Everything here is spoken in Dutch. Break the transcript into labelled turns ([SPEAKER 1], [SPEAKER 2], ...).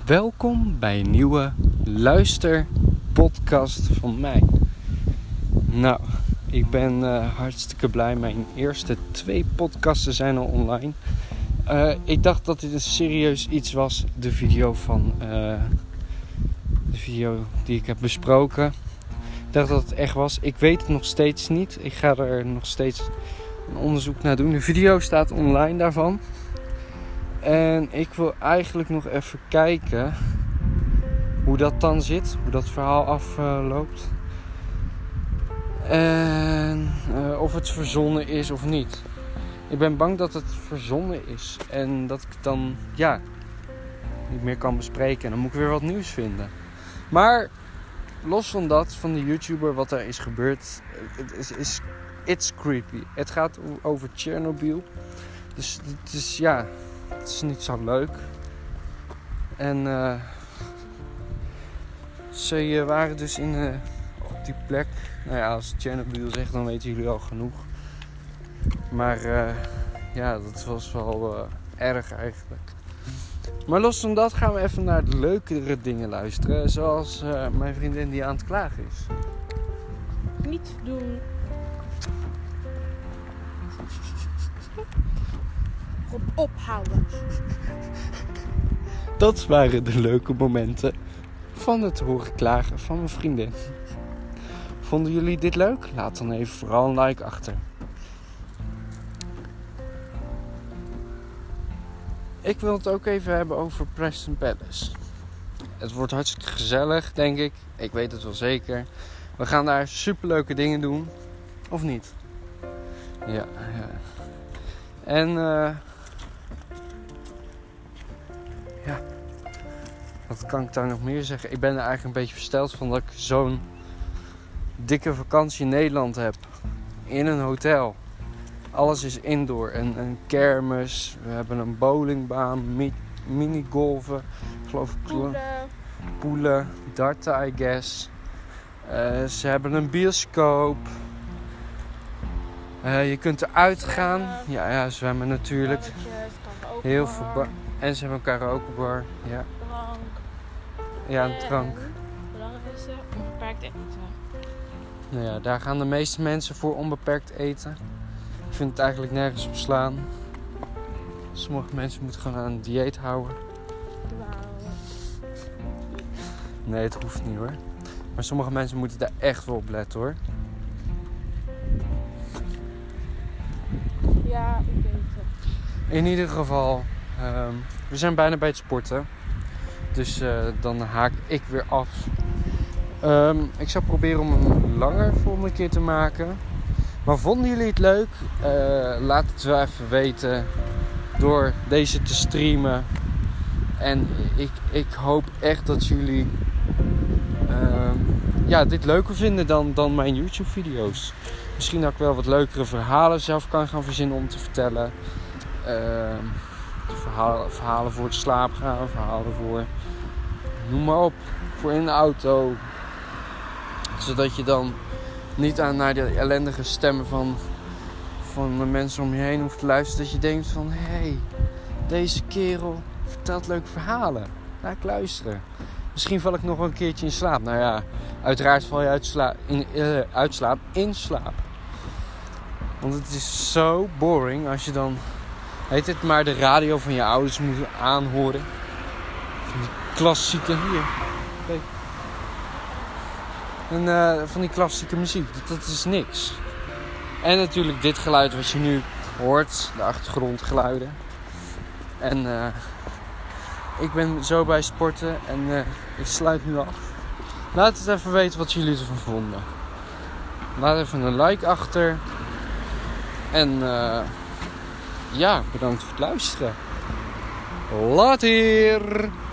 [SPEAKER 1] Welkom bij een nieuwe luisterpodcast van mij. Nou, ik ben hartstikke blij. Mijn eerste 2 podcasten zijn al online. Ik dacht dat dit een serieus iets was. De video die ik heb besproken. Ik dacht dat het echt was. Ik weet het nog steeds niet. Ik ga er nog steeds een onderzoek naar doen. De video staat online daarvan. En ik wil eigenlijk nog even kijken hoe dat dan zit. Hoe dat verhaal afloopt. En of het verzonnen is of niet. Ik ben bang dat het verzonnen is. En dat ik het dan niet meer kan bespreken. En dan moet ik weer wat nieuws vinden. Maar los van dat, van de YouTuber, wat er is gebeurd. It's creepy. Het gaat over Chernobyl. Dus het is het is niet zo leuk. En ze waren dus op die plek. Nou ja, als Chernobyl zegt, dan weten jullie al genoeg. Maar dat was wel erg eigenlijk. Maar los van dat gaan we even naar de leukere dingen luisteren. Zoals mijn vriendin die aan het klagen is.
[SPEAKER 2] Niet doen. Ophouden.
[SPEAKER 1] Dat waren de leuke momenten van het horen klagen van mijn vriendin. Vonden jullie dit leuk? Laat dan even vooral een like achter. Ik wil het ook even hebben over Preston Palace. Het wordt hartstikke gezellig, denk ik. Ik weet het wel zeker. We gaan daar superleuke dingen doen. Of niet? Ja. En wat kan ik daar nog meer zeggen? Ik ben er eigenlijk een beetje versteld van dat ik zo'n dikke vakantie in Nederland heb. In een hotel. Alles is indoor. Een kermis. We hebben een bowlingbaan. Minigolven. Ik geloof poelen. Darten, I guess. Ze hebben een bioscoop. Je kunt eruit gaan. Ja, zwemmen natuurlijk. Heel veel en ze hebben een karaokebar. Ja.
[SPEAKER 2] Drank.
[SPEAKER 1] Ja, een drank.
[SPEAKER 2] Belangrijkste, onbeperkt eten.
[SPEAKER 1] Nou ja, daar gaan de meeste mensen voor onbeperkt eten. Ik vind het eigenlijk nergens op slaan. Sommige mensen moeten gewoon aan een dieet houden. Nee, het hoeft niet hoor. Maar sommige mensen moeten daar echt wel op letten hoor.
[SPEAKER 2] Ja, ik weet het.
[SPEAKER 1] In ieder geval, we zijn bijna bij het sporten. Dus dan haak ik weer af. Ik zal proberen om hem langer volgende keer te maken. Maar vonden jullie het leuk? Laat het wel even weten door deze te streamen. En ik hoop echt dat jullie dit leuker vinden dan mijn YouTube video's. Misschien dat ik wel wat leukere verhalen zelf kan gaan verzinnen om te vertellen. Verhalen voor het slapen gaan. Verhalen voor, noem maar op, voor in de auto. Zodat je dan niet naar de ellendige stemmen van de mensen om je heen hoeft te luisteren. Dat je denkt van, hé, deze kerel vertelt leuke verhalen. Laat ik luisteren. Misschien val ik nog wel een keertje in slaap. Nou ja, uiteraard val je in slaap. Want het is zo boring als je dan, maar de radio van je ouders moet aanhoren. Van die klassieke, hier, kijk. En van die klassieke muziek, dat is niks. En natuurlijk dit geluid wat je nu hoort, de achtergrondgeluiden. En ik ben zo bij sporten en ik sluit nu af. Laat het even weten wat jullie ervan vonden. Laat even een like achter. En bedankt voor het luisteren. Later!